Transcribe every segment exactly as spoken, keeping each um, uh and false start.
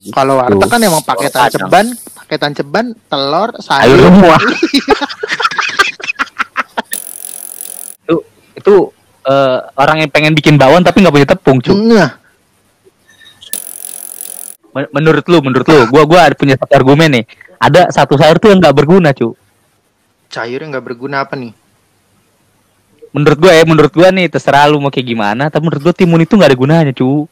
Kalau warteg kan emang paketan ceban, paketan ceban, telur, sayur sayur. semua. itu itu uh, orang yang pengen bikin bakwan tapi nggak punya tepung, cu. Nah. Menurut lu, menurut lu, gua gua ada punya satu argumen nih. Ada satu sayur tuh yang nggak berguna, cu. Sayur yang nggak berguna apa nih? Menurut gua ya, menurut gua nih terserah lu mau kayak gimana. Tapi menurut gua timun itu nggak ada gunanya, cu.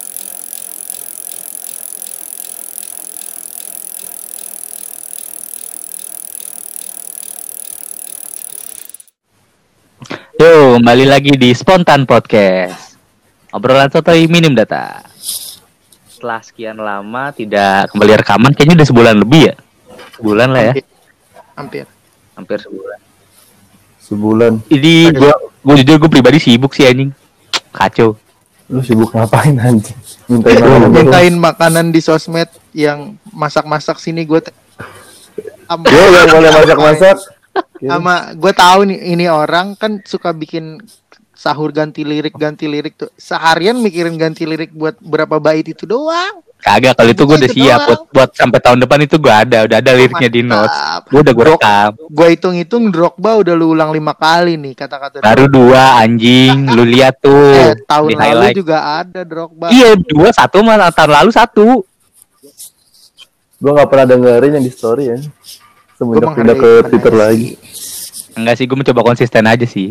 Yo, kembali lagi di Spontan Podcast. Obrolan sotoy minim data. Setelah sekian lama tidak kembali rekaman, kayaknya udah sebulan lebih ya. Sebulan lah ya. Hampir. Hampir. Hampir sebulan. Sebulan. Ini gue, gue jujur gue pribadi sibuk sih anjing. Kacau. Lu sibuk ngapain anjing? Mintain makanan, mintain makanan di sosmed yang masak-masak sini gue. Te- Yo yang boleh masak-masak. Sama gue tahu nih ini orang kan suka bikin sahur ganti lirik ganti lirik tuh. Seharian mikirin ganti lirik buat berapa bait itu doang. Kagak, kalau itu gue udah siap buat buat sampai tahun depan itu gue ada, udah ada liriknya di notes. Gue udah gue rekam. Gue hitung-hitung Drogba udah lu ulang lima kali nih kata-kata. Baru dua anjing, lu lihat tuh. Eh, tahun lalu highlight juga ada Drogba. Iya, dua satu malah tahun lalu satu. Gue nggak pernah dengerin yang di story ya. Semenjak pindah ke Twitter lagi. Enggak sih, gue mencoba konsisten aja sih.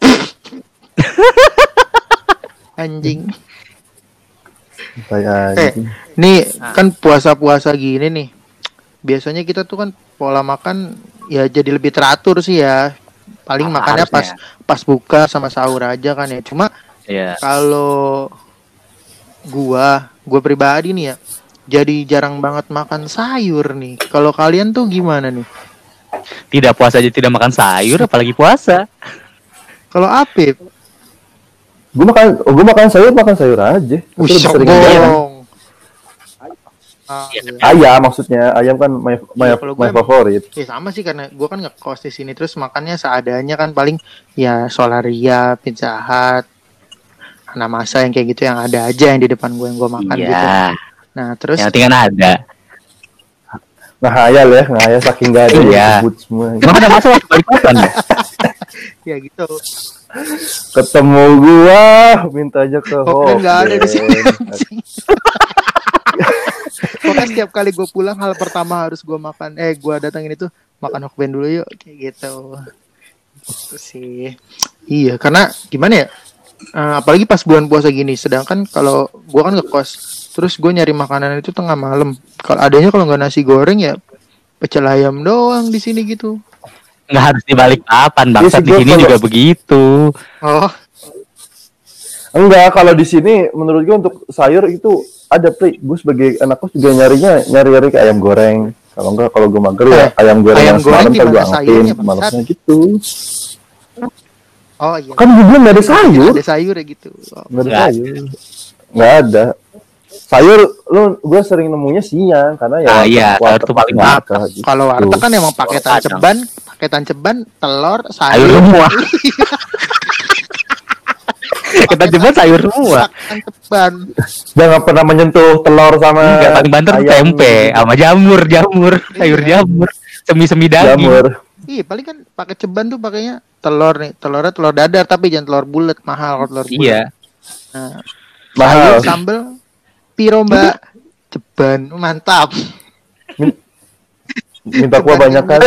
Anjing. Kayak eh, nih kan puasa-puasa gini nih. Biasanya kita tuh kan pola makan ya jadi lebih teratur sih ya. Paling ah, makannya harusnya. pas pas buka sama sahur aja kan ya. Cuma yeah. Kalau gua, gua pribadi nih ya, jadi jarang banget makan sayur nih. Kalau kalian tuh gimana nih? Tidak puasa aja tidak makan sayur, apalagi puasa. Kalau Apip? Gue makan, gue makan sayur, makan sayur aja. Wih, bohong. Ah, ayam maksudnya, ayam kan my, my, ya, my favorit. Ya sama sih karena gue kan ngekos di sini terus makannya seadanya kan paling ya Solaria, Pizza Hut, Hanamasa yang kayak gitu yang ada aja yang di depan gue yang gue makan iya. gitu. Nah terus. Yang penting kan ada. Ngahayal ya, ngahayal saking gak ada iya. yang disebut semua. Emang ada masa waktu balik kapan ya? Ya gitu. Ketemu gua, minta aja ke Pokoknya nggak ada di sini. Pokoknya setiap kali gue pulang hal pertama harus gue makan. Eh gue datangin itu makan Hokben dulu yuk, kayak gitu. Itu sih. Iya, karena gimana ya? Uh, apalagi pas bulan puasa gini. Sedangkan kalau gue kan ngekos, terus gue nyari makanan itu tengah malam. Kalau adanya kalau nggak nasi goreng ya pecel ayam doang di sini gitu. Nggak harus dibalik papan, bangsat ya, di sini kalau... juga begitu. Oh. Enggak, kalau di sini menurut gue untuk sayur itu ada play. Gue sebagai anak kos juga nyarinya nyari-nyari ke ayam goreng. Kalau enggak kalau gue mager eh, ya ayam goreng ayam yang semalam kan gue angetin malamnya gitu. Oh iya. Kan gue bilang nggak ada sayur. Ada sayur ya gitu. Oh, nggak ada sayur. Nggak ada. Sayur lu gue sering nemunya siang karena ya. Ah iya, sayur tuh paling mantap. Gitu. Kalau warteg kan emang paketan ceban, paketan ceban, telur, sayur. Sayur semua. Paketan ceban sayur semua. Ceban. Jangan pernah menyentuh telur sama. Enggak, paling banter tempe sama jamur, jamur, sayur jamur, semi-semi daging. Jamur. Iya, paling kan pakai ceban tuh pakainya telur nih, telurnya telur dadar tapi jangan telur bulat, mahal telur bulat. Iya. Nah, mahal. Sambel piro mbak? Ceban, mantap. Minta kuah banyak kan.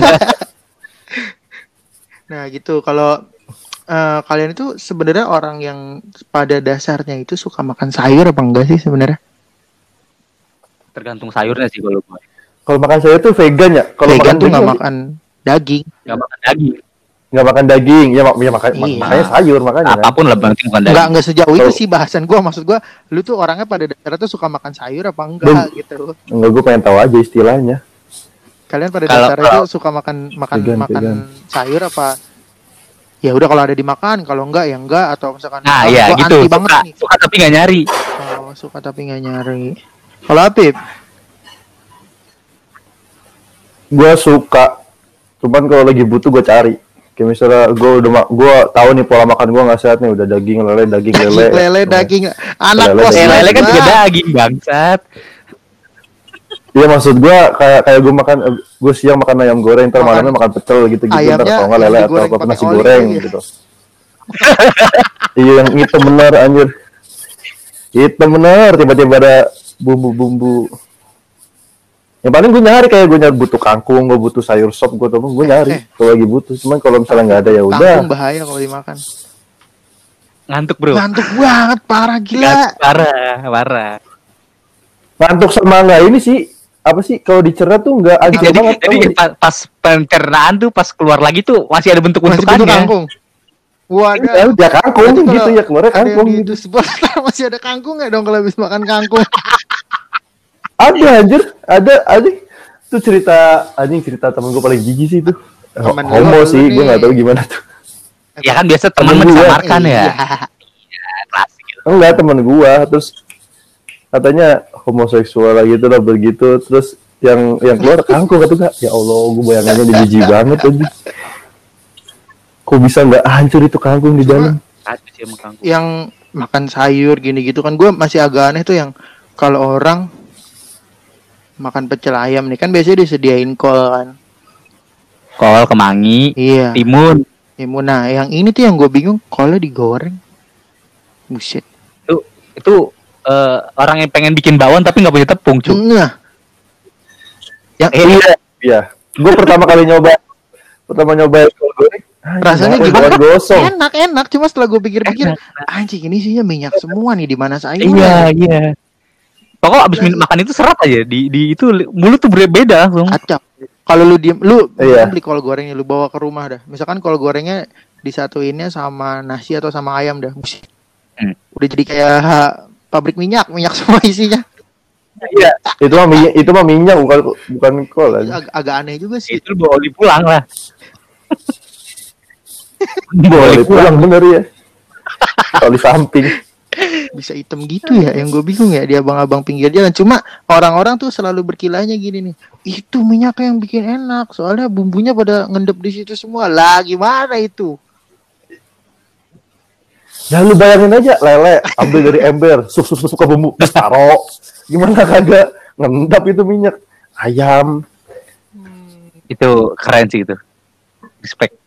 Nah gitu, kalau uh, kalian itu sebenarnya orang yang pada dasarnya itu suka makan sayur apa enggak sih sebenarnya? Tergantung sayurnya sih kalau gue. Kalau makan sayur tuh vegan ya? Kalau vegan makan tuh nggak makan daging. Nggak makan daging. Nggak makan daging, ya, mak- ya makan, iya. makanya sayur makanya. Apapun lah penting makan daging. Nggak nggak sejauh itu sih bahasan gue, maksud gue, lu tuh orangnya pada dasarnya tuh suka makan sayur apa enggak Bum. gitu? Enggak, gue pengen tahu aja istilahnya. Kalian pada kalau, dasarnya kalau, tuh suka makan makan vegan, makan vegan. sayur apa? Ya udah kalau ada dimakan, kalau enggak ya enggak atau misalkan. Nah oh, ya gitu. Suka, banget nih. Suka tapi nggak nyari. Oh suka tapi nggak nyari. Kalau Apip? Gue suka, cuman kalau lagi butuh gue cari. Kayak misalnya gue udah gue tahu nih pola makan gue nggak sehat nih, udah daging lele daging lele lele daging anak lele, kos lele, lele kan juga daging bangsat. Iya maksud gue kayak kayak gue makan gue siang makan ayam goreng, ntar malamnya makan pecel gitu gitu, ntar kalau nggak lele atau apa nasi goreng ya. Gitu. Iya yang hitam benar anjir, hitam benar tiba-tiba ada bumbu-bumbu. Yang paling gue nyari kayak gue nyari butuh kangkung, gue butuh sayur sop, gue tuh gue nyari eh, kalau lagi butuh. Cuman kalau misalnya nggak ada ya udah. Kangkung bahaya kalau dimakan. Ngantuk bro. Ngantuk banget parah gila. Ngantuk, parah parah. Ngantuk sama nggak ini sih. Apa sih kalau dicerna tuh nggak agak jadi, banget. Jadi pas, pas pencernaan tuh pas keluar lagi tuh masih ada bentuk-bentukannya. Masih bentuk kangkung. Waduh, ya kangkung gitu ya keluarnya kangkung gitu. Masih ada kangkung nggak dong kalau habis makan kangkung? Ada anjir, ada ada. Itu cerita anjing cerita temen gue paling jijik sih itu. Temen homo sih, gue nggak tahu gimana tuh. Ya kan biasa teman mensamarkan ya. Iya, klasik. Enggak temen gue, terus katanya homoseksual lagi gitu lah begitu, terus yang yang keluar kangkung kata gak? Ya Allah, gue bayangannya di jijik banget anjing. Kok bisa nggak hancur itu kangkung di dalam? Yang makan sayur gini gitu kan gue masih agak aneh tuh yang kalau orang makan pecel ayam nih kan biasanya disediain kol kan. Kol, kemangi, iya. timun. Timun. Nah, yang ini tuh yang gue bingung kolnya digoreng. Buset. Itu itu uh, orang yang pengen bikin bakwan tapi nggak punya tepung, cuy. Nah. Yang ini iya. Iya. Gue pertama kali nyoba pertama nyoba kol goreng. Rasanya gimana? Gosong. Enak enak, cuma setelah gue pikir-pikir, anjing ini isinya minyak semua nih di mana sayur. Iya, iya. Pokok abis minum makan itu serat aja di di itu mulut tuh berbeda langsung. Acap. Kalau lu diem, lu iya. beli kol gorengnya lu bawa ke rumah dah. Misalkan kol gorengnya disatuinnya sama nasi atau sama ayam dah. Hmm. Udah jadi kayak pabrik minyak, minyak semua isinya. Iya. Itu mah minyak, itu mah minyak bukan bukan kol aja. Ag- agak aneh juga sih. Itu bawa oli pulang lah. Boleh pulang bener ya. Kalau di samping bisa hitam gitu ya, yang gue bingung ya dia abang-abang pinggir jalan. Cuma orang-orang tuh selalu berkilahnya gini nih, itu minyaknya yang bikin enak, soalnya bumbunya pada ngendep di situ semua. Lah gimana itu? Ya lu bayangin aja lele ambil dari ember, susu susu ke bumbu, terus taruh. Gimana kagak ngendap itu minyak ayam? Hmm. Itu keren sih itu. Respect.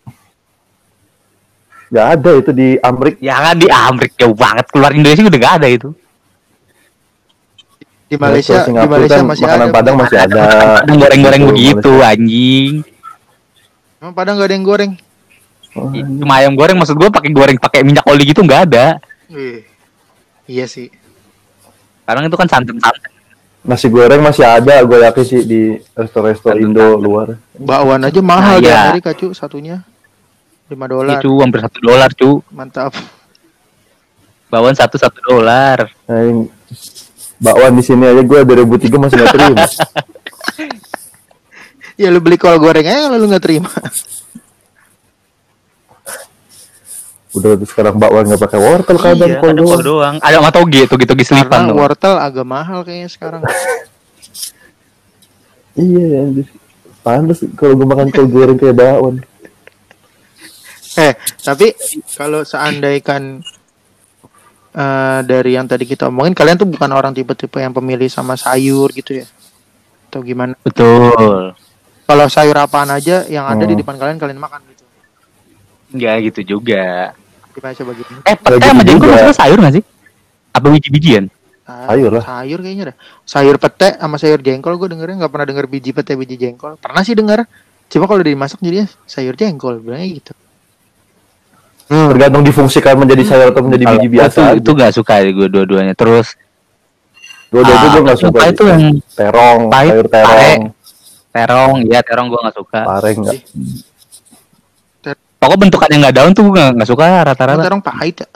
Gak ada itu di Amrik. Ya kan di Amrik jauh banget, keluar Indonesia udah gak ada itu. Di Malaysia, di Malaysia kan masih makanan ada. Padang masih ada. Padang goreng-goreng begitu anjing. Emang Padang gak ada yang goreng? Oh, cuma ayam goreng, maksud gue pakai goreng pakai minyak oli gitu nggak ada. Wih. Iya sih. Sekarang itu kan santan-santan. Nasi goreng masih ada, gue yakin sih di resto-resto Indo luar. Bakwan aja mahal nah, ya. Dari kacu satunya. lima dolar. Itu hampir satu dolar, cu. Mantap. Bakwan satu satu dolar. Nah, bakwan di sini aja gue dua ribu tiga masih nggak terima. Ya lu beli kol goreng aja lalu nggak terima. Udah sekarang bakwan nggak pakai wortel kan? Iya, kol doang. doang. Ada sama toge, toge-toge selipan tuh. Wortel agak mahal kayaknya sekarang. Iya, pantas kalau gue makan kol goreng kayak bakwan. Eh, tapi kalau seandainya uh, dari yang tadi kita omongin, kalian tuh bukan orang tipe-tipe yang pemilih sama sayur gitu ya? Atau gimana? Betul. Kalau sayur apaan aja yang ada hmm. di depan kalian, kalian makan gitu? Enggak gitu juga. Gimana coba gitu? Eh, pete sama jengkol maksudnya sayur gak sih? Apa biji-bijian? Sayur lah. Sayur kayaknya dah. Sayur pete sama sayur jengkol gue dengernya nggak pernah denger biji pete, biji jengkol. Pernah sih denger. Cuma kalau dimasak jadinya sayur jengkol, bilangnya gitu. Hmm. Tergantung difungsikan menjadi sayur atau menjadi biji biasa. Itu, itu gak suka ya gue dua-duanya. Terus dua-duanya uh, gue gak suka. Itu yang terong, pahit, sayur terong. Pare. Terong, ya terong gue gak suka. Pare enggak. Pokoknya bentukannya gak daun tuh gue gak, gak suka rata-rata. Oh, terong pahit ya?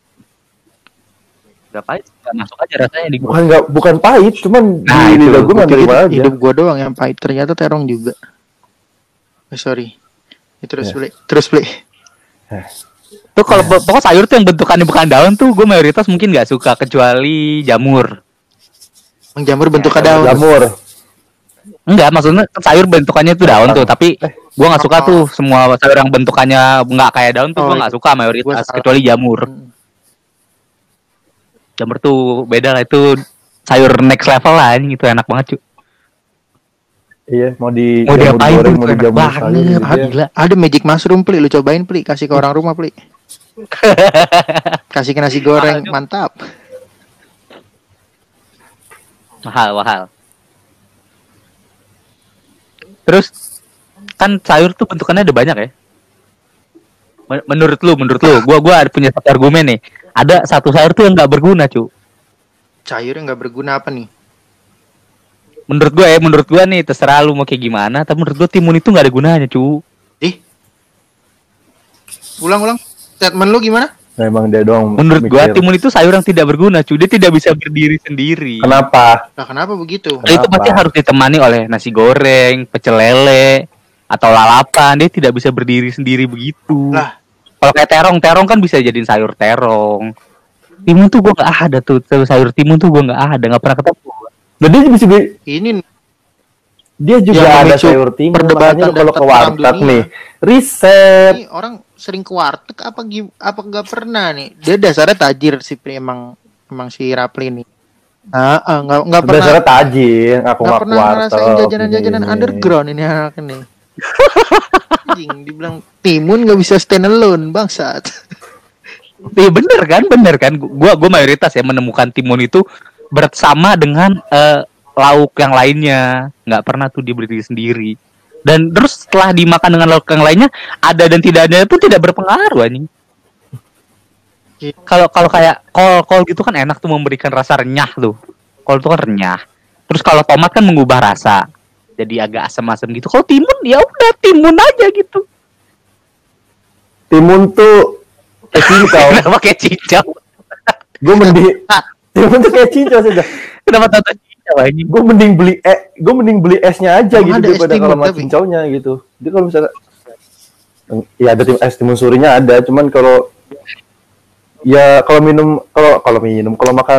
Gak pahit, gak masuk aja rasanya di gue. Bukan, gak, bukan pahit, cuman nah, di lidah gue gak terima aja. Hidup gue doang yang pahit, ternyata terong juga. Oh, sorry. Ya, terus yeah. beli, terus beli. Eh. Tuh kalau yeah. pokok sayur tuh yang bentukannya bukan daun tuh gue mayoritas mungkin nggak suka kecuali jamur. Jamur bentuknya daun. Jamur. Enggak, maksudnya sayur bentukannya tuh daun tuh, tapi gue nggak suka tuh semua sayur yang bentukannya nggak kayak daun tuh oh, gue nggak suka mayoritas kecuali jamur. Jamur tuh beda lah, itu sayur next level lah, ini itu enak banget cuy. Iya, mau di Mau jamur diapain goreng, tuh mau enak dijamur banget. sayur gitu Ah, ya. gila. Ada magic mushroom pli, lu cobain pli, kasih ke orang rumah pli. Kasih ke nasi goreng, Mahal, Cuk. mantap. Mahal, mahal. Terus kan sayur tuh bentukannya ada banyak ya. Men- Menurut lu, menurut lu, gua gua ada punya satu argumen nih. Ada satu sayur tuh yang nggak berguna, cu. Sayurnya nggak berguna apa nih? Menurut gua ya, menurut gua nih terserah lu mau kayak gimana. Tapi menurut gua timun itu nggak ada gunanya, cu. Ih, ulang-ulang. Statement lu gimana? Nah, emang dia doang Menurut gua mikir. timun itu sayur yang tidak berguna, cu. Dia tidak bisa berdiri sendiri. Kenapa? Nah, kenapa begitu? Nah, itu Kenapa? pasti harus ditemani oleh nasi goreng, pecel lele, atau lalapan. Dia tidak bisa berdiri sendiri begitu. Lah. Kalau kayak terong, terong kan bisa jadiin sayur terong. Timun tuh gua nggak ada tuh, tuh sayur timun tuh gua nggak ada, nggak pernah ketemu. Dan dia bisa beli, Ini dia juga Yang ada memicu sayur timun. perdebatan Makanya lu dan kalau ke perang warteg dunia. nih, riset. ini orang sering ke warteg apa gim apa nggak pernah nih? Dia dasarnya tajir sih Pri, emang emang si Rapli nih. Ah, ah, nggak nggak pernah Dasarnya tajir, aku nggak ngaku pernah ngerasain warteg. jajanan-jajanan ini. underground ini anak ini. Anjing, dibilang timun nggak bisa stand alone bangsat. Iya bener kan, bener kan. Gua gua mayoritas ya menemukan timun itu bersama dengan eh, lauk yang lainnya. Nggak pernah tuh dia berdiri sendiri. Dan terus setelah dimakan dengan lauk yang lainnya, ada dan tidak ada pun tidak berpengaruh anjing. Kalau kalau kayak kol kol gitu kan enak tuh memberikan rasa renyah tuh. Kol itu kan renyah. Terus kalau tomat kan mengubah rasa. Jadi agak asam-asam gitu. Kalau timun ya udah timun aja gitu. Timun tuh kayak cincau. Kenapa kayak cincau? Gue mending timun tuh kayak cincau saja. Kenapa tata cincau anjing? Gue mending beli eh, gue mending beli esnya aja Emang gitu ada es daripada timun, kalau sama tapi? cincaunya gitu. Jadi kalau misalnya ya ada tim es timun surinya ada, cuman kalau ya kalau minum kalau kalau minum kalau makan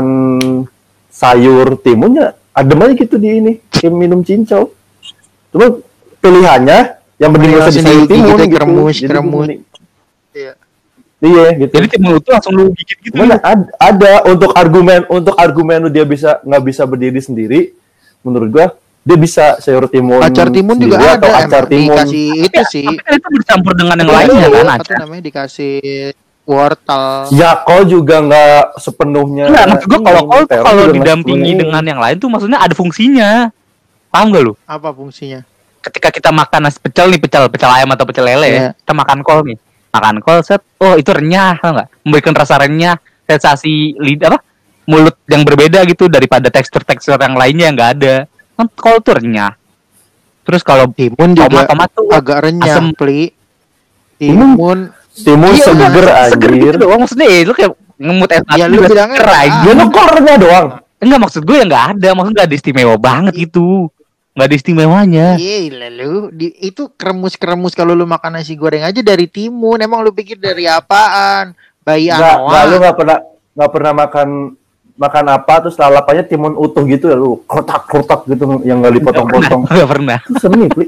sayur timunnya adem aja gitu di ini kayak minum cincau. Cuma pilihannya yang mending Mending usah langsung di sayur digigit timun aja, gitu. kremus, Jadi gua kremus. mending- Iya. Iya gitu. Jadi timun itu langsung lu gigit gitu. Cuman ad- ada untuk argumen untuk argumen lu dia bisa nggak bisa berdiri sendiri, menurut gua dia bisa sayur timun. Acar timun juga sendiri ada atau acar emang timun. dikasih itu sih. Tapi kan itu bercampur dengan yang Iya, lainnya kan, apa acar. tuh namanya dikasih wortel. Ya kol juga nggak sepenuhnya. Enggak, maksud gua kalau ini, kol tuh terong kalau juga nggak didampingi sepenuhnya. dengan yang lain tuh maksudnya ada fungsinya. Paham gak lu? Apa fungsinya? Ketika kita makan nasi pecel nih, pecel pecel ayam atau pecel lele, Iya. ya, kita makan kol nih. Makan kol set, oh itu renyah, tau nggak? Memberikan rasa renyah, sensasi lidah apa? Mulut yang berbeda gitu daripada tekstur-tekstur yang lainnya yang nggak ada. Kan kol tuh renyah. Terus kalau Timun juga tomat-tomat tuh agak renyah, asem. Pli. Timun Timun. Timun Iya, seger seger gitu anjir. doang maksudnya ya, lu kayak ngemut es batu Ya, lu juga bilangnya seger nggak aja. Ya lu kolnya doang. Enggak, maksud gue ya nggak ada, maksudnya nggak ada istimewa banget gitu, nggak ada istimewanya. Iya, lu di, itu kremus-kremus kalau lu makan nasi goreng aja dari timun. Emang lu pikir dari apaan? Bayi Nggak, nggak, lu anoa. nggak pernah nggak pernah makan makan apa terus lalapannya timun utuh gitu ya lu kotak-kotak gitu yang nggak dipotong-potong. Nggak pernah. Itu seni, Pli.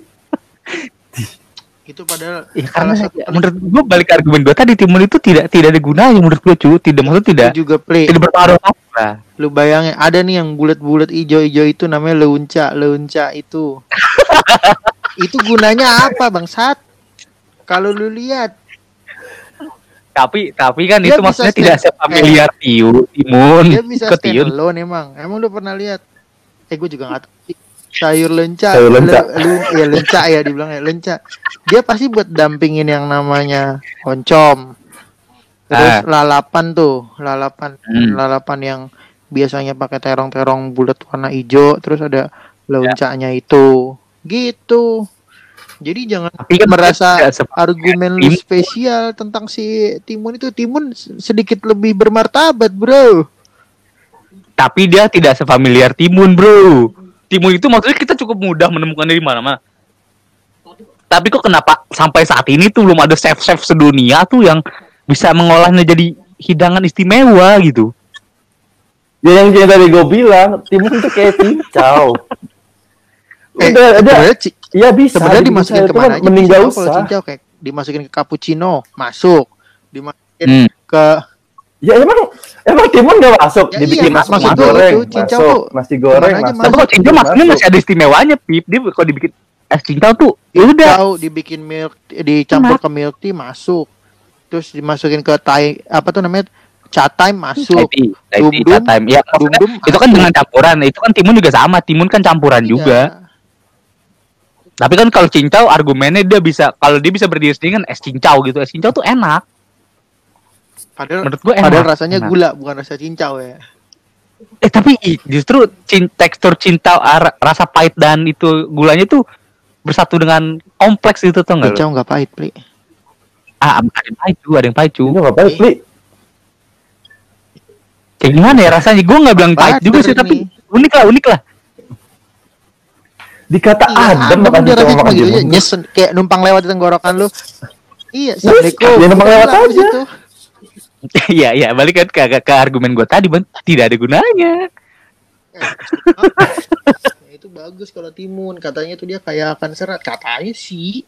Itu padahal Ya, salah karena satu ya, menurut gue balik ke argumen gue tadi timun itu tidak tidak ada gunanya menurut gue cu, tidak maksudnya tidak itu juga Pli. tidak berpengaruh apa. Lu bayangin ada nih yang bulat-bulat ijo-ijo itu namanya leunca, leunca itu. Itu gunanya apa, Bangsat? Kalau lu lihat Tapi tapi kan Dia itu bisa maksudnya stand- tidak sefamiliar tiu timun dia bisa ke stand tiun. alone emang. Emang lu pernah lihat? Eh gue juga nggak tahu. sih. Sayur lenca, Sayur lenca. le- lu- ya lenca ya dibilang ya lenca. Dia pasti buat dampingin yang namanya oncom. Terus Ah. lalapan tuh, lalapan, Hmm. lalapan yang biasanya pakai terong-terong bulat warna hijau, terus ada lencanya Ya. itu, gitu. Jadi jangan Tapi kan merasa tidak sef- argumen lu timun. spesial tentang si timun itu. Timun sedikit lebih bermartabat, bro. Tapi dia tidak sefamiliar timun, bro. Timun itu maksudnya kita cukup mudah menemukannya di mana-mana. Tapi kok kenapa sampai saat ini tuh belum ada chef-chef sedunia tuh yang bisa mengolahnya jadi hidangan istimewa gitu. Ya yang kayak tadi gue bilang, timun itu kayak cincau. Eh, Udah ada. sebenarnya ci- Ya bisa. sebenarnya dibikin dimasukin sayur, kemana cuman aja mending bisa nggak tau kalau usah. cincau, kayak dimasukin ke cappuccino masuk, dimasukin Hmm. ke Ya emang emang timun nggak masuk, Ya dibikin iya, masuk maksud nasi gua goreng, itu, cincau masuk tuh nasi goreng, kemana aja masuk. Tapi masuk. kok cincau masuknya masih ada istimewanya, Pip. Dia kalau dibikin es cincau tuh, ya udah. Cincau dibikin milk, dicampur ke milk tea masuk. Terus dimasukin ke Thai apa tuh namanya? Catai masuk. Thai tea, Dum Thai tea, dum, time. Ya, maksudnya dum dum itu kan masuk. dengan campuran. Itu kan timun juga sama. Timun kan campuran Iya. juga. Tapi kan kalau cincau argumennya dia bisa, kalau dia bisa berdiri sendiri kan es cincau gitu. Es cincau tuh enak. Padahal, Menurut gue enak. padahal rasanya enak. gula bukan rasa cincau ya. Eh tapi ih, justru cin, tekstur cincau ar- rasa pahit dan itu gulanya tuh bersatu dengan kompleks itu tuh enggak? Cincau nggak pahit, Pri. Ah, ada yang pahit cu, ada yang pahit cu. Ini nggak pahit, Pli. Kayak gimana ya rasanya? Gue nggak bilang pahit juga sih, Bader tapi nih. unik lah, unik lah. Dikata adem makan dia cincau rasanya makan cuma gitu aja, timun. nyes kayak numpang lewat di tenggorokan lu. Iya, assalamualaikum. dia numpang lewat Bilang aja. di situ. Iya, iya, balik kan ke, ke, ke argumen gue tadi, Bang. Tidak ada gunanya. Ya, itu bagus kalau timun, katanya tuh dia kaya akan serat, katanya sih.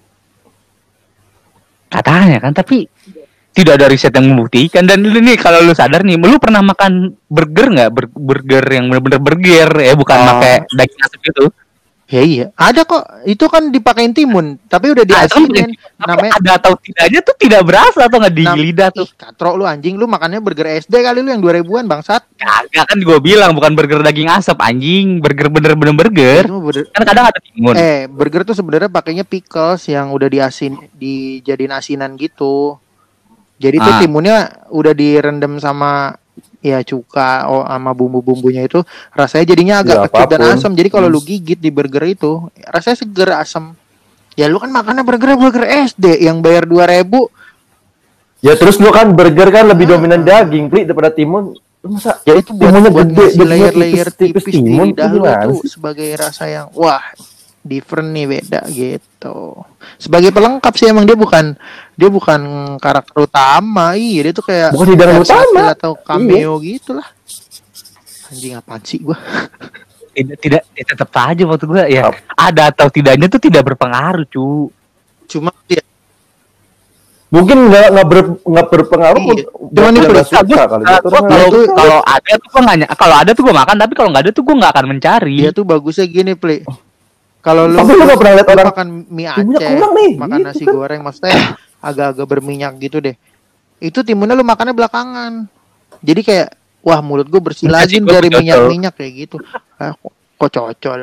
Katanya kan, tapi tidak ada riset yang membuktikan. Dan ini kalau lu sadar nih, lu pernah makan burger nggak? Ber- burger yang bener-bener burger ya, bukan Oh. pakai daging asap gitu. Ya iya, ada kok. Itu kan dipakein timun, tapi udah Ah, itu kan diasinin. Tapi Namanya ada atau tidaknya tuh tidak berasa atau nggak di nam- lidah tuh. Ih, katro lu anjing, lu makannya burger S D kali lu yang dua ribuan bangsat. Kagak kan gue bilang bukan burger daging asap anjing, burger bener-bener burger. Itu mah burger. Kan kadang ada timun. Eh, burger tuh sebenarnya pakainya pickles yang udah diasin, dijadiin asinan gitu. Jadi tuh Ah. timunnya udah direndam sama ya cuka oh, sama bumbu-bumbunya itu rasanya jadinya agak Ya, kecut dan apapun. asam. Jadi kalau lu gigit di burger itu rasanya seger asam. Ya lu kan makannya burger burger S D yang bayar dua ribu. Ya terus lu kan burger kan lebih Ah. dominan daging, Pli, daripada timun. Lu masa Ya itu buat, timunnya buat gede, ngasih dagingnya layer-layer tipis-tipis tipis di timun, lidah itu lu gimana tuh sih? sebagai rasa yang wah different nih, beda gitu. Sebagai pelengkap sih emang dia bukan dia bukan karakter utama. Iya dia tuh kayak Bukan hidangan versatil utama. atau cameo gitulah. Anjing apaan sih gua? Tidak, tidak, ya tetap aja waktu gue ya. Ap- Ada atau tidaknya tuh tidak berpengaruh cu. Cuma dia Mungkin nggak nggak ber, nggak berpengaruh Iya. buat Cuman yang itu nggak Pli, suka kali Nah, gitu. gua Orang kalau nggak suka. kalau ada tuh gue nggak ny- kalau ada tuh gue makan, tapi kalau nggak ada tuh gue nggak akan mencari. dia tuh bagusnya gini, Pli. Kalau lu, Tapi lu nggak pernah lihat lu orang makan mie timunnya Aceh, kurang nih, makan gitu nasi kan. goreng maksudnya agak-agak berminyak gitu deh. Itu timunnya lu makannya belakangan. Jadi kayak wah mulut gue bersih Enggak lagi sih, gua dari cocol. minyak-minyak kayak gitu. Ah, kok, kok cocol.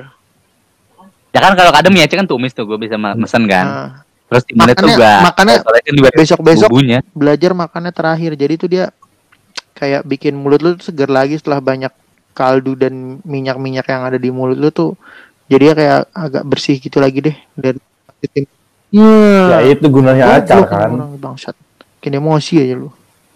Ya kan kalau kadang mie Aceh kan tumis tuh gue bisa ma- mesen kan. Nah, Terus timunnya tuh Makannya- gue makannya kan juga besok-besok bumbunya. belajar makannya terakhir. Jadi tuh dia kayak bikin mulut lu tuh seger lagi setelah banyak kaldu dan minyak-minyak yang ada di mulut lu tuh. Jadi ya kayak agak bersih gitu lagi deh dari tim. Ya itu gunanya acar kan. Orang bangsat. Bikin emosi aja lu.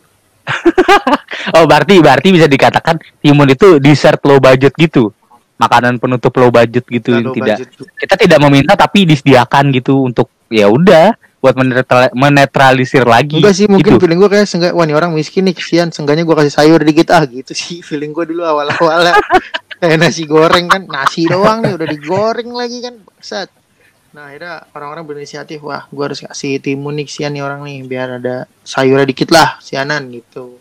Oh berarti berarti bisa dikatakan timun itu dessert low budget gitu. Makanan penutup low budget gitu yang Low tidak budget tuh. kita tidak meminta tapi disediakan gitu untuk ya udah buat menetral- menetralisir lagi. Enggak sih, mungkin gitu. feeling gue kayak seenggak, wah ini orang miskin nih, kesian, seenggaknya gue kasih sayur dikit ah gitu sih feeling gue dulu awal-awal. Kayak nasi goreng kan, nasi doang nih udah digoreng lagi kan, bangsat. Nah akhirnya orang-orang berinisiatif, wah gue harus kasih timun nih, kesian nih orang nih, biar ada sayurnya dikit lah, sianan gitu.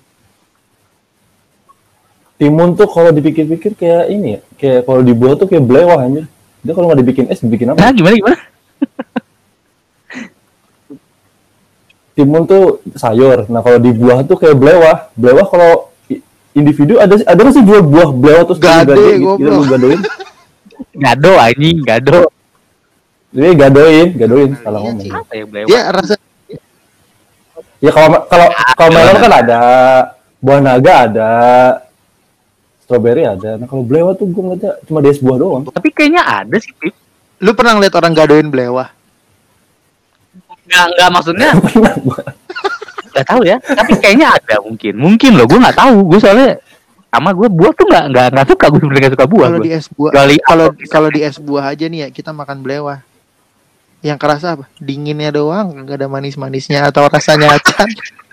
Timun tuh kalau dipikir-pikir kayak ini ya, kayak kalau dibuat tuh kayak belewah aja. Dia kalau nggak dibikin es, dibikin apa? Nah gimana gimana? Timun tuh sayur. Nah kalau dibuah tuh kayak belewah. Belewah kalau i- individu ada ada nggak sih jual buah belewah terus Gade, digade gitu, goblok. lu gadoin? Gado anjing, gado. Jadi gadoin, gadoin Nah, salah iya ngomong. sih. Apa yang belewat? Dia rasa Ya kalau kalau kalau melon kan ada, buah naga ada, strawberry ada. Nah kalau belewah tuh gue ngeliatnya cuma di es buah doang. Tapi kayaknya ada sih, Pip. lu pernah ngeliat orang gadoin belewah? Nggak, nggak maksudnya Pernah gua. nggak tahu ya. Tapi kayaknya ada mungkin. Mungkin loh, gue nggak tahu. Gue soalnya sama gue buah tuh nggak nggak nggak suka. Gue sebenarnya nggak suka buah. Kalau gua. di es buah, Kecuali kalau apel bisa. kalau di es buah aja nih ya kita makan belewah. Yang kerasa apa? Dinginnya doang, nggak ada manis-manisnya atau rasanya acan.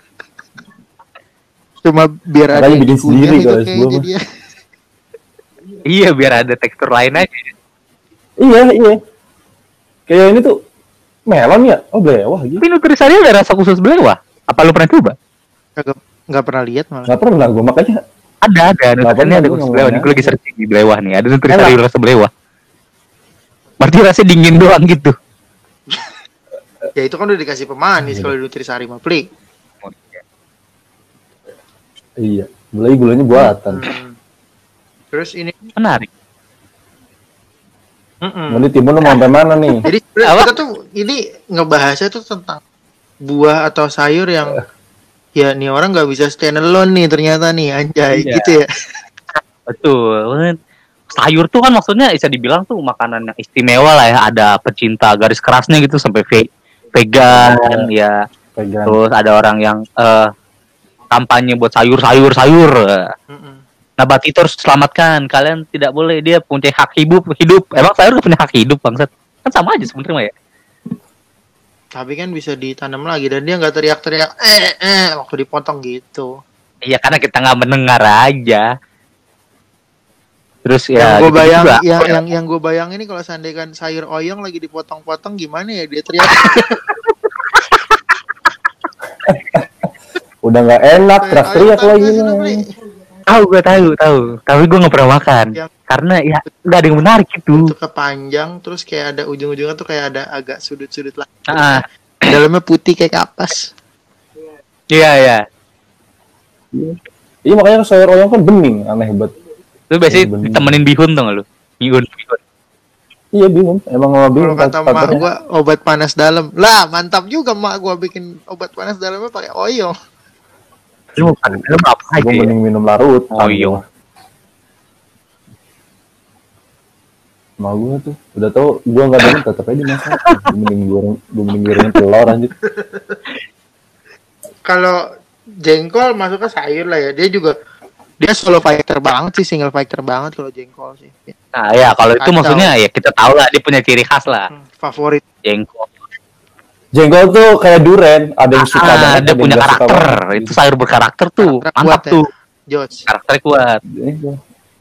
Cuma biar ada Makanya yang bikin dikunyah sendiri itu kalau es kayak buah mah. jadi ya. Iya, biar ada tekstur lain aja. Iya iya. Kayak ini tuh melon ya? Oh belewah gitu. Tapi nutrisari ada rasa khusus belewah. Apa lu pernah coba? Kagak Nggak pernah lihat malah. Nggak pernah gue makanya. Ada ada nutrisannya ada khusus belewah. Ini gue lagi searching di belewah nih. Ada nutrisi sayur rasa belewah. Berarti rasanya dingin doang gitu. Ya itu kan udah dikasih pemanis kalau di Nutrisari mah plik. Iya, gulanya gulanya buatan. Hmm. Terus ini Menarik. Nanti timun lu mau sampai mana nih? Jadi kita tuh ini ngebahasnya tuh tentang buah atau sayur yang ya nih orang nggak bisa stand alone nih ternyata nih anjay Iya. gitu ya. Betul. Sayur tuh kan maksudnya bisa dibilang tuh makanan yang istimewa lah ya. Ada pecinta garis kerasnya gitu sampai ve- vegan ya. Vegan. Terus ada orang yang eh, kampanye buat sayur-sayur sayur. Mm-mm. Nabati terus selamatkan. Kalian tidak boleh, dia punya hak hidup hidup. Emang sayur gak punya hak hidup bangsat? Kan sama aja sebenarnya mah ya. Tapi kan bisa ditanam lagi dan dia nggak teriak-teriak eh eh waktu dipotong gitu. Iya karena kita nggak mendengar aja. Terus yang ya gue gitu bayang juga. yang yang yang gue bayang ini kalau seandainya kan sayur oyong lagi dipotong-potong gimana ya dia teriak. Udah nggak enak, teriak-teriak lagi nih. Tahu gue tahu tahu. Tapi gue nggak pernah makan. Yang- Karena ya nggak ada yang menarik gitu. Bentuknya panjang terus kayak ada ujung-ujungnya tuh kayak ada agak sudut-sudut lah. Ah, Dalamnya putih kayak kapas. iya iya. Iya makanya sayur oyong kan bening, aneh banget. Lu biasanya Bener. ditemenin bihun tuh nggak lu? Bihun bihun. Iya bingung, emang sama bingung. Kalau kata mak gue obat panas dalam. Lah mantap juga mak gue bikin obat panas dalamnya pakai oyong. Lu makan lu apa aja? Gue Ya? mending minum larut. Oyong. Mau gue tuh, udah tau gue nggak demen tetap aja dimasak. Gue mending goreng, gue mending goreng telur anjir. Kalau jengkol masuknya sayur lah ya. Dia juga dia solo fighter banget sih, single fighter banget kalau jengkol sih. Nah ya kalau itu Kacau. maksudnya ya kita tahu lah dia punya ciri khas lah. Hmm, favorit. Jengkol. Jengkol tuh kayak duren, ada yang suka Ah, banget, dia ada yang punya nggak suka karakter. banget. Itu sayur berkarakter tuh. Karakter Mantap kuat ya. tuh. Josh. Karakternya kuat. Iya.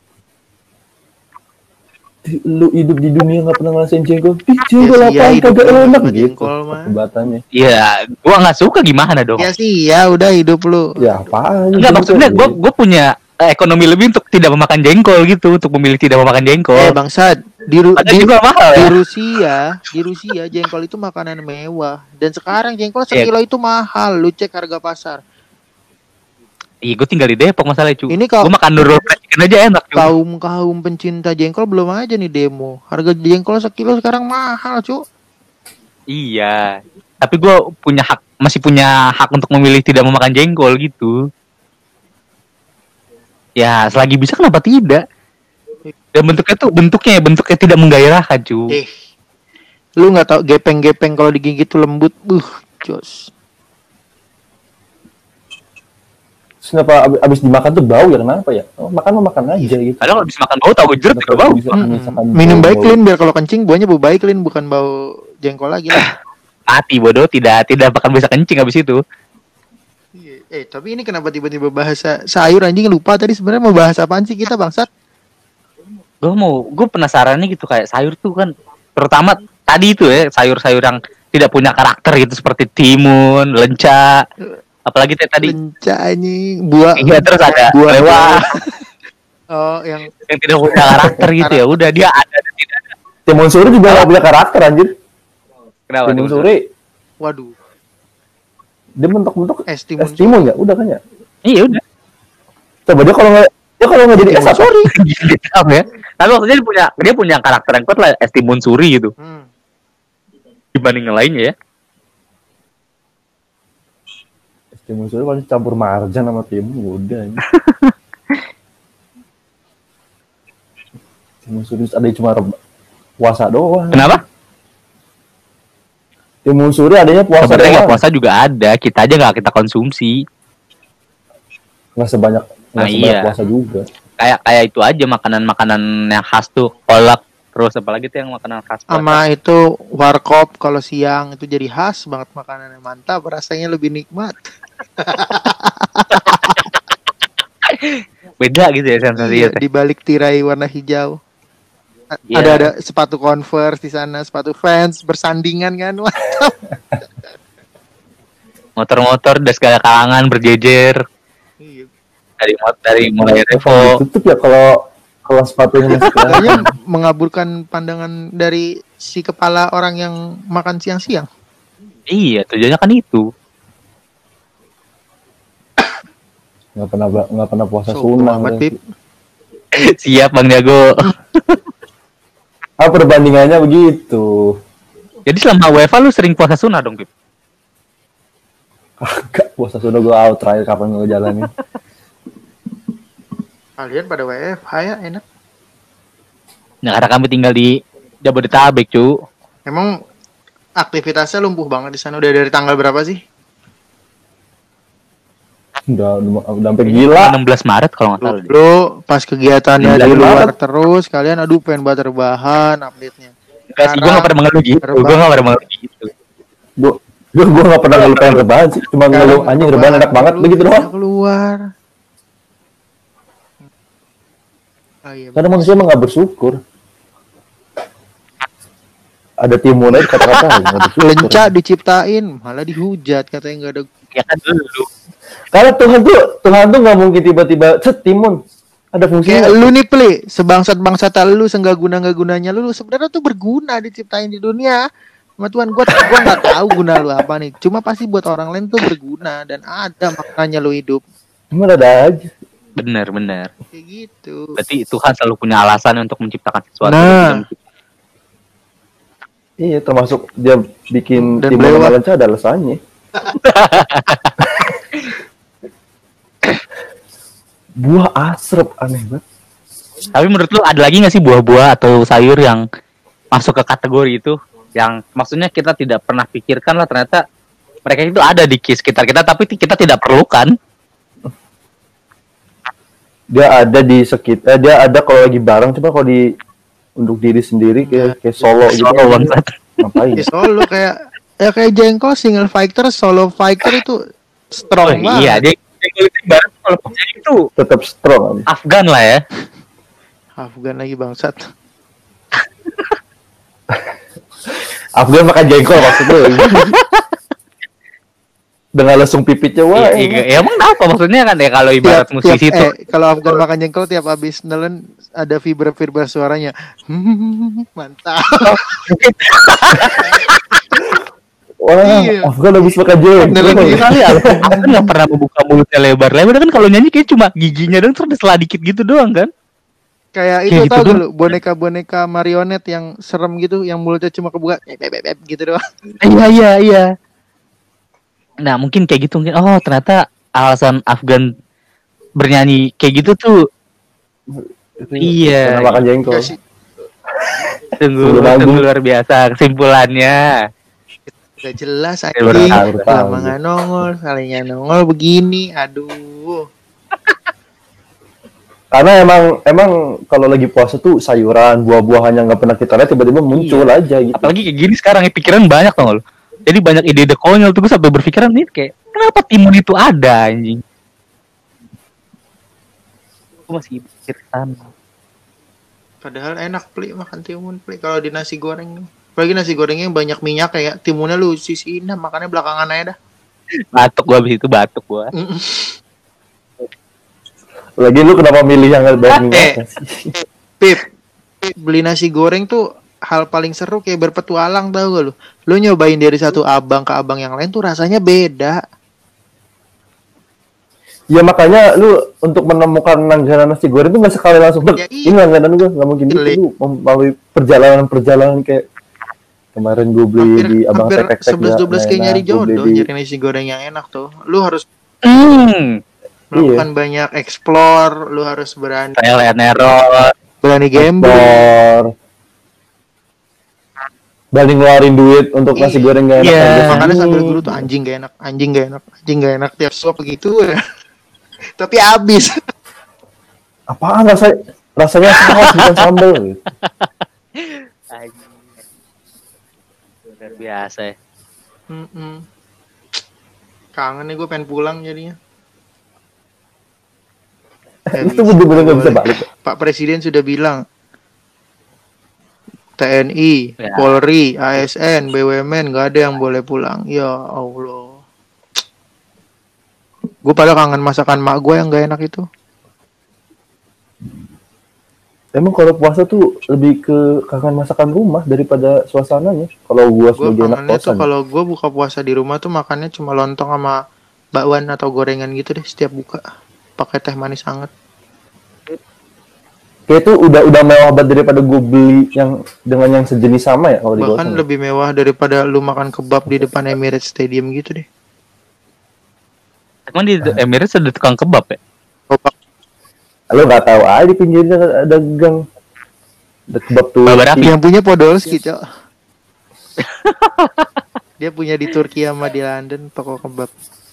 Lu hidup di dunia nggak pernah ngerasain jengkol, ih jengkol Ya, apa iya, hidup kagak lu enak sama gitu. jengkol mah. Kebatannya. Iya, gua nggak suka gimana dong? Ya sih, ya udah hidup lu. Ya apaan? Enggak, jengkol? maksudnya gua gua punya eh, ekonomi lebih untuk tidak memakan jengkol gitu, untuk memilih tidak memakan jengkol. Eh bangsat, di, Ru- Padahal di, juga mahal di ya. Rusia, di Rusia jengkol itu makanan mewah dan sekarang jengkol Iya. sekilo itu mahal. Lu cek harga pasar. Iya, gua tinggal di Depok masalahnya, cu. Ini kau- Gua makan nurul fried chicken aja enak, cu. Kaum kaum pencinta jengkol belum aja nih demo. Harga jengkol sekilo sekarang mahal, cu. Iya. Tapi gua punya hak, masih punya hak untuk memilih tidak memakan jengkol gitu. Ya, selagi bisa kenapa tidak? Dan bentuknya tuh bentuknya bentuknya tidak menggairahkan, cu. Eh, lu nggak tahu gepeng-gepeng kalau digigit tuh lembut, buh, jos. Terus kenapa abis, abis dimakan tuh bau ya kenapa ya? Oh, makan mah makan aja gitu. Padahal kalau habis makan bau tahu jeruk juga bau. Bisa Mm-mm. misalkan Minum bau- Baiklin biar kalau kencing baunya bau Baiklin bukan bau jengkol lagi lah. Mati bodoh, tidak tidak bakal bisa kencing habis itu. Iya. Eh, tapi ini kenapa tiba-tiba bahasa sayur anjing lupa tadi sebenarnya mau bahas apaan sih kita bangsat? Gue mau, gue penasarannya gitu kayak sayur tuh kan, terutama tadi itu ya sayur-sayur yang tidak punya karakter gitu seperti timun, lenca, apalagi teh tadi Lenca anjing, buah. iya terus ada buah. lewah Oh, yang yang tidak punya karakter gitu ya udah dia ada dan tidak ada. Timun suri juga nggak punya karakter anjir. Kenapa? Timun tuh? suri waduh, dia bentuk-bentuk es timun. es timun ya, udah kan ya. Iya udah. Coba dia kalau nggak dia kalau nggak jadi es apa? Sorry. Gitu ya. Tapi maksudnya dia punya dia punya karakter yang kuat lah es timun suri gitu Hmm. dibanding yang lainnya ya. Es timun suri paling campur marjan sama timun udah. anjir. Timun suri ada yang cuma reba- puasa doang. Kenapa? Timun suri adanya puasa Sebenarnya nggak doang. puasa juga ada, kita aja nggak kita konsumsi. Nggak sebanyak nggak Nah, sebanyak iya. puasa juga. Kayak kayak itu aja makanan-makanan yang khas tuh kolak terus apalagi tuh yang makanan khas puasa. Sama itu warkop kalau siang itu jadi khas banget makanannya mantap, rasanya lebih nikmat. Beda gitu ya sensasinya. Iya, di balik tirai warna hijau. A- Iya. Ada ada sepatu Converse di sana, sepatu Vans bersandingan kan. Wah, Motor-motor dari segala kalangan berjejer. dari dari mulai Revo. Tutup ya kalau kalau sepatunya masih Kayaknya mengaburkan pandangan dari si kepala orang yang makan siang-siang. Iya, tujuannya kan itu. Nggak pernah nggak pernah puasa So, sunnah. amat, Pip. Siap Bang Jago. Ah, perbandingannya begitu. Jadi selama W F H lu sering puasa sunnah dong, Pip? Agak puasa sunnah gue out terakhir kapan gue jalanin. Kalian pada W F H ya enak. Nah, karena kami tinggal di Jabodetabek, cu. Emang aktivitasnya lumpuh banget di sana. Udah dari tanggal berapa sih? Udah udah, udah sampai gila. enam belas Maret kalau nggak salah. Lu pas kegiatannya di luar Maret. terus, kalian aduh pengen buat rebahan update-nya. Enggak sih, gue nggak pernah mengeluh gitu. Gue nggak pernah mengeluh gitu. Gue gue gue nggak pernah ngelupain rebahan sih. Cuma ngeluh anjing rebahan enak banget begitu doang. Keluar. Oh, iya, Karena manusia emang nggak bersyukur. Ada timunnya kata-kata nggak bersyukur. Lenca diciptain malah dihujat katanya nggak ada. Ya kan dulu. Karena Tuhan tuh Tuhan tuh nggak mungkin tiba-tiba set timun ada fungsinya. Kayak lu nih Pli, sebangsat-bangsat lu senggak guna nggak gunanya lu, lu sebenarnya tuh berguna diciptain di dunia. Sama Tuhan gua gua nggak tahu guna lu apa nih. Cuma pasti buat orang lain tuh berguna dan ada maknanya lu hidup. Cuma ada aja. Bener bener. Kayak gitu. Berarti Tuhan selalu punya alasan untuk menciptakan sesuatu. Nah. Iya, termasuk dia bikin Dan timun lewat. lenca ada alasannya. Buah asrep aneh banget. Tapi menurut lu ada lagi nggak sih buah-buah atau sayur yang masuk ke kategori itu? Yang maksudnya kita tidak pernah pikirkan lah, ternyata mereka itu ada di sekitar kita tapi kita tidak perlukan. Dia ada di sekitar, dia ada kalau lagi bareng, cuma kalau di untuk diri sendiri kayak kayak solo gitu. Solo banget. Ngapain? Di solo kayak ya kayak jengkol single fighter, solo fighter itu strong Oh, banget. iya, dia jengkol itu ibarat kalau jadi itu Tetap strong. Afgan lah ya. Afgan lagi bangsat. Afgan makan jengkol maksudnya. Dengan lesung pipitnya wah. Iya, ya, emang apa maksudnya kan ya kalau ibarat Tiap- musisi tiap- itu eh, kalau Afgan makan jengkol tiap habis nelen ada vibra-vibra suaranya. Mantap. Wah, Iya. Afgan habis makan jengkol. Beneran Iya gitu. kali ya. Aku nggak pernah membuka mulutnya lebar-lebar kan kalau nyanyi kayak cuma giginya doang terus ada selah dikit gitu doang kan. Kayak Kayak itu gitu tau gak doang. lu boneka-boneka marionet yang serem gitu, yang mulutnya cuma kebuka beb, beb, beb, gitu doang. Iya iya iya. Nah mungkin kayak gitu mungkin. Oh ternyata alasan Afgan bernyanyi kayak gitu tuh. Iya. Karena makan jengkol. Enggak sih. Tunggu, Tunggu lagu. tunggu luar biasa kesimpulannya. Gak jelas Ya, anjing. baru tahu. Lama gak nongol, kalinya nongol begini. Aduh. Karena emang emang kalau lagi puasa tuh sayuran, buah-buahan yang nggak pernah kita lihat tiba-tiba muncul Iya. aja gitu. Apalagi kayak gini sekarang ya pikiran banyak tau lo. Jadi banyak ide-ide konyol tuh gue sampai berpikiran nih kayak kenapa timun itu ada anjing. Gue masih pikir sana. Padahal enak Pli makan timun Pli kalau di nasi goreng. Apalagi nasi gorengnya yang banyak minyak kayak timunnya lu sisihin dah, makannya belakangan aja dah. Batuk gue abis itu batuk gue. Lagi lu kenapa milih yang banyak Eh, minyaknya sih? Pip, beli nasi goreng tuh hal paling seru kayak berpetualang tau gak lu? Lu nyobain dari satu abang ke abang yang lain tuh rasanya beda. Ya makanya lu untuk menemukan langganan nasi goreng tuh nggak sekali langsung Ya, iya. ini langganan gua nggak mungkin gitu Gile. lu melalui perjalanan-perjalanan kayak kemarin gue beli Hampir, di abang hampir tek-tek sebelas dua belas kayak nyari jodoh di... nyari nasi goreng yang enak tuh. Lu harus Hmm. melakukan banyak explore, lu harus berani Trial and error. berani gambling. Bor. Berani ngeluarin duit untuk Iya. nasi goreng gak enak Iya. aja. Makanya Hmm. sambil dulu tuh anjing gak enak, anjing gak enak, anjing gak enak tiap suap begitu ya. Tapi habis. Apaan rasanya? Rasanya saus bukan sambal. Luar biasa ya. Mm-mm. Kangen nih gue pengen pulang jadinya. Itu bener-bener gak bisa balik. Pak Presiden sudah bilang T N I, Ya. Polri, A S N, B U M N gak ada yang boleh pulang. Ya Allah. Gue Gue pada kangen masakan mak gue yang gak enak itu. Emang kalau puasa tuh lebih ke kangen masakan rumah daripada suasananya. Kalau gue sebagai anak kangennya tuh kosan. kalau gue buka puasa di rumah tuh makannya cuma lontong sama bakwan atau gorengan gitu deh setiap buka. Pakai teh manis hangat. Kayak itu udah udah mewah banget daripada gue beli yang dengan yang sejenis sama ya kalau di Bahkan kosan. lebih mewah daripada lu makan kebab di depan Emirates Stadium gitu deh. Emang di Emirates ada tukang kebab ya? Kebab Lo nggak tahu aja di pinggirnya ada gang. Ada kebab tuh. yang punya Podolski, Cok. Dia punya di Turki sama di London toko kebab.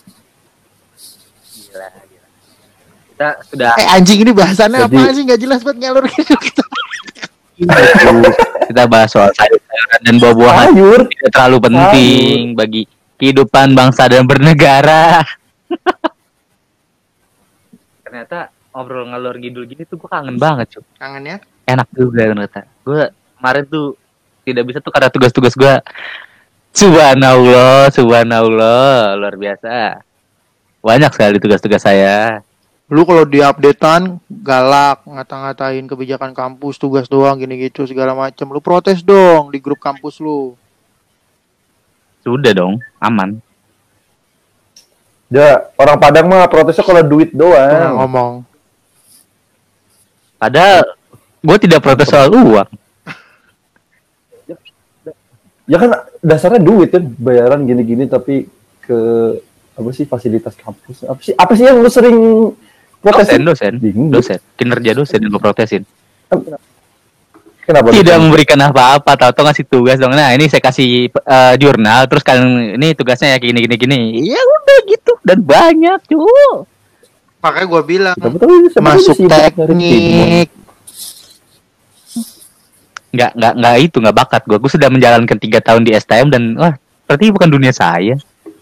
Gila, gila. Kita sudah Eh anjing ini bahasannya Jadi- apa sih? Gak jelas banget ngalur gitu kita. kita bahas soal sayur-sayuran dan buah-buahan Sayur. tidak terlalu penting bagi kehidupan bangsa dan bernegara. Ternyata ngobrol ngalor ngidul gini tuh gue kangen banget, cuy. Kangennya? Enak juga ternyata. Gue kemarin tuh tidak bisa tuh karena tugas-tugas gue. Subhanallah, subhanallah, luar biasa. Banyak sekali tugas-tugas saya. Lu kalau di updatean galak, ngata-ngatain kebijakan kampus, tugas doang gini gitu segala macem. Lu protes dong di grup kampus lu. Sudah dong, aman. Ya, orang Padang mah protesnya kalau duit Nah, doang. ngomong. Padahal gue tidak protes soal uang. Ya kan dasarnya duit kan, bayaran gini-gini tapi ke apa sih fasilitas kampus? Apa sih? Apa sih yang lu sering protesin? Dosen, dosen, Bingung. dosen, kinerja dosen yang gue protesin. Kenapa? Tidak dosen? memberikan apa-apa, tahu-tahu ngasih tugas dong. Nah ini saya kasih eh, jurnal, terus kalian ini tugasnya ya gini gini gini. Ya udah gitu dan banyak cuy. Makanya gue bilang Tapi tahu siapa tahu masuk sibuk nyari timun. teknik. Nggak nggak nggak itu nggak bakat gue. Gue sudah menjalankan tiga tahun di S T M dan wah berarti bukan dunia saya.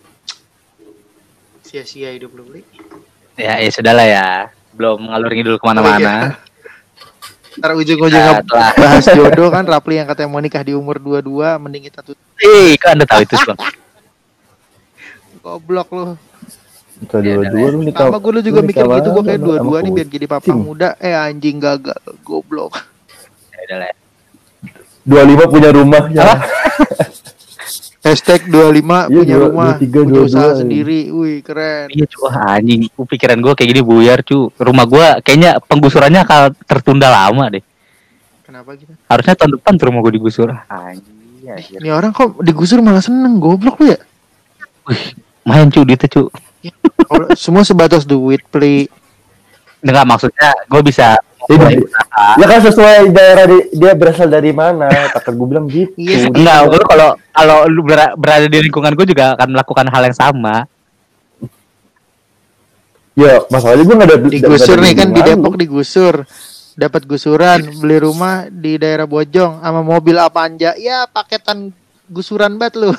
Sia-sia hidup lu, Bli. Ya ya sudahlah ya. Belum ngalur ngidul kemana-mana. Ntar ujung-ujungnya Ya, telah. bahas jodoh kan. Rapli yang katanya mau nikah di umur dua puluh dua, mending kita tuh Eh, kok anda tahu itu bang? goblok lu. Kita dua-dua lu nikah. Sama gue lu juga lu mikir nikah gitu, gue kayak sama- dua-dua sama nih biar jadi papa kucing. muda. Eh anjing gagal, goblok. Ya udahlah. Ya. dua puluh lima punya rumah ya. Hashtag dua puluh lima Iya, punya dua- rumah, dua puluh tiga, punya dua puluh usaha dua. sendiri. Wih keren. Iya cu, wah, anjing. Uh, pikiran gue kayak gini buyar cu. Rumah gue kayaknya penggusurannya akan tertunda lama deh. Kenapa gitu? Harusnya tahun depan tuh rumah gue digusur. Anjing. anjir. Ini orang kok digusur malah seneng, goblok lu ya? Wih, main cu duitnya cu. Kalau semua sebatas duit, Pli. Enggak maksudnya gue bisa Jadi, usaha. ya kan sesuai daerah di, dia berasal dari mana? Takkan gue bilang gitu. Iya, Enggak, gue kalau kalau lu ber- berada di lingkungan gue juga akan melakukan hal yang sama. Ya, masalahnya gue nggak ada Digusur nggak ada nih kan di lingkungan Depok lu. digusur. Dapat gusuran, beli rumah di daerah Bojong sama mobil Avanza. Ya paketan gusuran banget lu.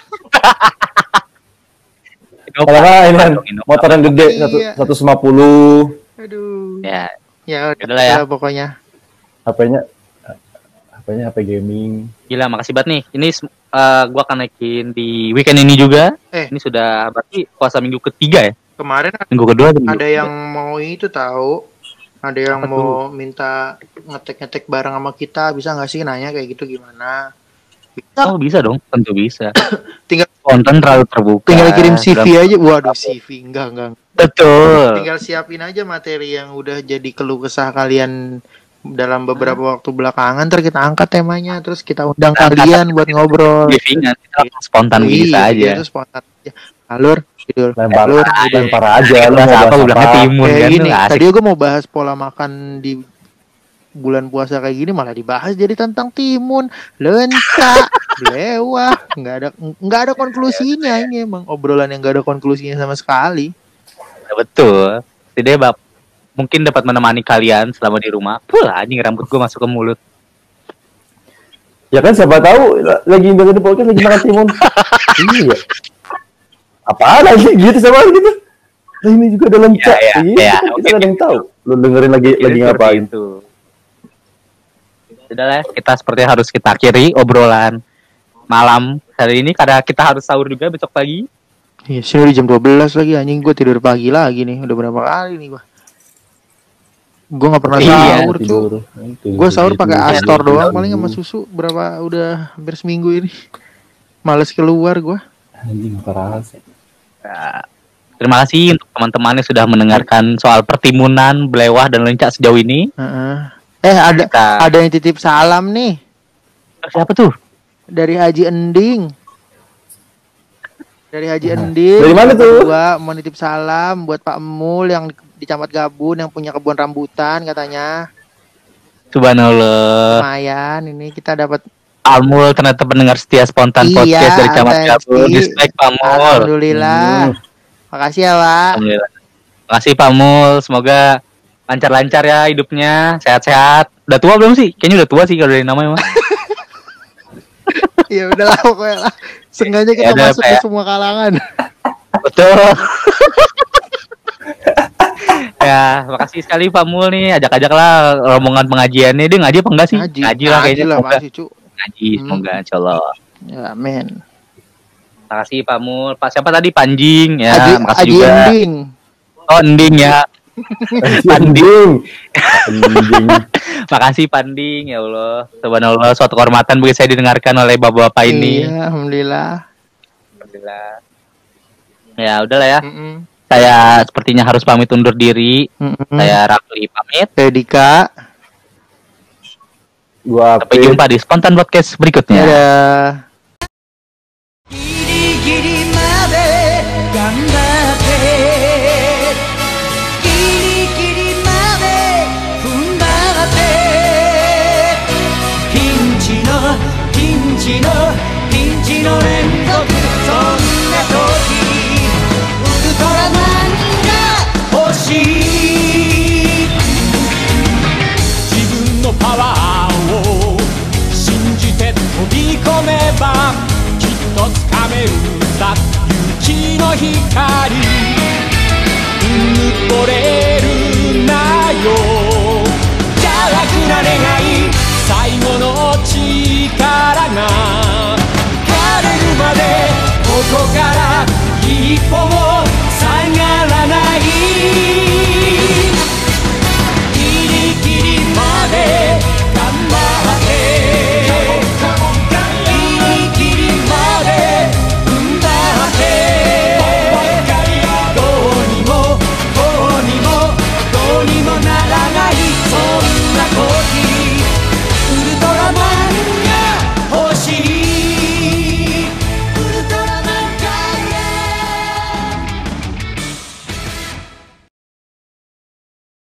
Kalau nggak ini kan motor yang gede Iya. satu seratus lima puluh, Aduh. Ya, Ya udah Udah lah ya. lah pokoknya. H P-nya H P-nya H P gaming. gila makasih banget nih. Ini uh, gue akan naikin di weekend ini juga. Eh. Ini sudah berarti puasa minggu ketiga ya. Kemarin Minggu kedua atau minggu ada ketiga? yang mau itu tahu. Ada yang Apa mau minta ngetek-ngetek bareng sama kita, bisa nggak sih nanya kayak gitu gimana? Oh bisa dong, tentu bisa. Tinggal Konten terlalu terbuka. tinggal kirim C V Dalam- aja. Waduh, C V enggak enggak. Betul. Tinggal siapin aja materi yang udah jadi keluh kesah kalian dalam beberapa waktu belakangan. Ntar kita angkat temanya, terus kita undang Kita angkat. kalian buat ngobrol. Briefingan, kita langsung spontan gini Iya, saja. itu spontan aja. Alur, judul. Lempar Alur, aja. lempar aja lu mau Bahasa apa? bahas Gue bilangnya apa. timun Kayak kan. gini, Lu asik. tadi gue mau bahas pola makan di bulan puasa kayak gini malah dibahas jadi tentang timun, lenca, belewah, nggak ada nggak ada konklusinya ini emang obrolan yang nggak ada konklusinya sama sekali. Ya, betul. Tidak bab. Mungkin dapat menemani kalian selama di rumah. Puh, anjing rambut gue masuk ke mulut. Ya kan siapa tahu lagi dengerin podcast lagi makan timun. Iya. Apaan sih gitu sama gitu. Nah, ini juga ada lenca. Ya, ya, Iya, ya, kan oke. kita nggak ada yang tahu. Lu dengerin lagi Jadi lagi seperti ngapain? itu. Sudah lah, kita seperti harus kita akhiri obrolan malam hari ini karena kita harus sahur juga besok pagi. Iya, sini udah jam dua belas lagi anjing, gue tidur pagi lagi nih. Udah berapa kali nih gue. Gue nggak pernah Iya, sahur, cu. Gue sahur pakai Astor doang paling sama susu. Berapa udah hampir seminggu ini. Males keluar gue. Anjing parah sih. Ya, terima kasih untuk teman-teman yang sudah mendengarkan soal pertimunan, belewah dan lencak sejauh ini. Uh-uh. Eh ada Kita- ada yang titip salam nih Siapa tuh? dari Haji Ending. Dari Haji Ending. Dari mana tuh? Gua mau nitip salam buat Pak Emul yang di, di Camat Gabun yang punya kebun rambutan katanya. Subhanallah. Lumayan ini kita dapat. Amul ternyata pendengar setia spontan Iya, podcast dari Camat thanks, Gabun. Ki. Respect Pak Mul. Alhamdulillah. Hmm. Makasih ya, Pak. Alhamdulillah. Makasih Pak Mul. Semoga lancar-lancar ya hidupnya, sehat-sehat. Udah tua belum sih? Kayaknya udah tua sih kalau dari namanya mah. Ya udahlah pokoknya lah. Sengaja kita Ya udah, masuk Pak, ke ya. semua kalangan. Betul. Ya, makasih sekali Pak Mul nih. Ajak-ajaklah rombongan pengajiannya. Dia ngaji apa enggak sih? Ngaji, Ngaji lah kayaknya. lah Semoga. pasti, Cu. Ngaji, Hmm. semoga insyaallah. Ya, amin. Makasih Pak Mul. Pak siapa tadi? Panjing ya. Haji, Makasih Haji juga. Ending. Oh, Ending ya. Panding. Panding. Makasih Panding ya Allah. Subhanallah, suatu kehormatan bagi saya didengarkan oleh bapak-bapak ini. Iya, alhamdulillah. Alhamdulillah. Ya udahlah ya. Mm-mm. Saya sepertinya harus pamit undur diri. Mm-mm. Saya Rafli pamit. Saya Dika. Gua Sampai jumpa di Spontan Podcast berikutnya. Dadah. ギリギリまで頑張ってギリギリまで踏ん張ってピンチのピンチのピンチの連続そんな時ウルトラマンが欲しい自分のパワーを信じて飛び込めばきっとつかめるさ勇気の光うぬぼれるなよ邪悪な願い最後の力が枯れるまでここから一歩も